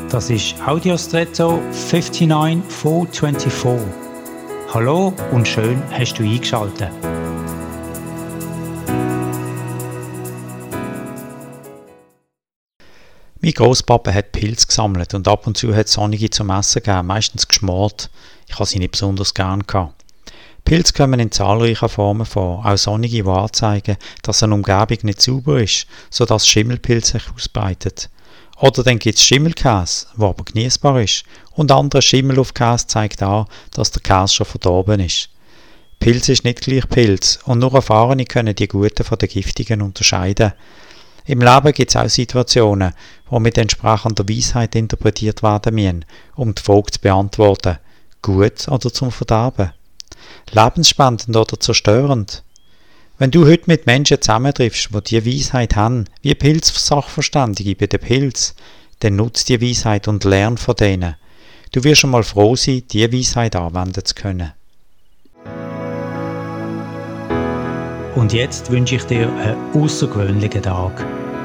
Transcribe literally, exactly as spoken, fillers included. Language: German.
Das ist Audiostretto neunundfünfzig vierhundertvierundzwanzig. Hallo und schön hast du eingeschaltet. Mein Grosspapa hat Pilze gesammelt und ab und zu hat es Sonnige zum Essen gegeben, meistens geschmort. Ich habe sie nicht besonders gern gehabt. Pilze kommen in zahlreichen Formen vor, auch Sonnige, die anzeigen, dass eine Umgebung nicht sauber ist, sodass Schimmelpilze sich ausbreitet. Oder dann gibt es Schimmelkäse, der aber genießbar ist, und anderer Schimmel auf Käse zeigt an, dass der Käse schon verdorben ist. Pilz ist nicht gleich Pilz und nur Erfahrene können die guten von den giftigen unterscheiden. Im Leben gibt es auch Situationen, die mit entsprechender Weisheit interpretiert werden müssen, um die Frage zu beantworten: gut oder zum Verderben? Lebensspendend oder zerstörend? Wenn du heute mit Menschen zusammentriffst, die diese Weisheit haben, wie Pilzsachverständige bei den Pilzen, dann nutz die Weisheit und lern von denen. Du wirst schon mal froh sein, diese Weisheit anwenden zu können. Und jetzt wünsche ich dir einen außergewöhnlichen Tag.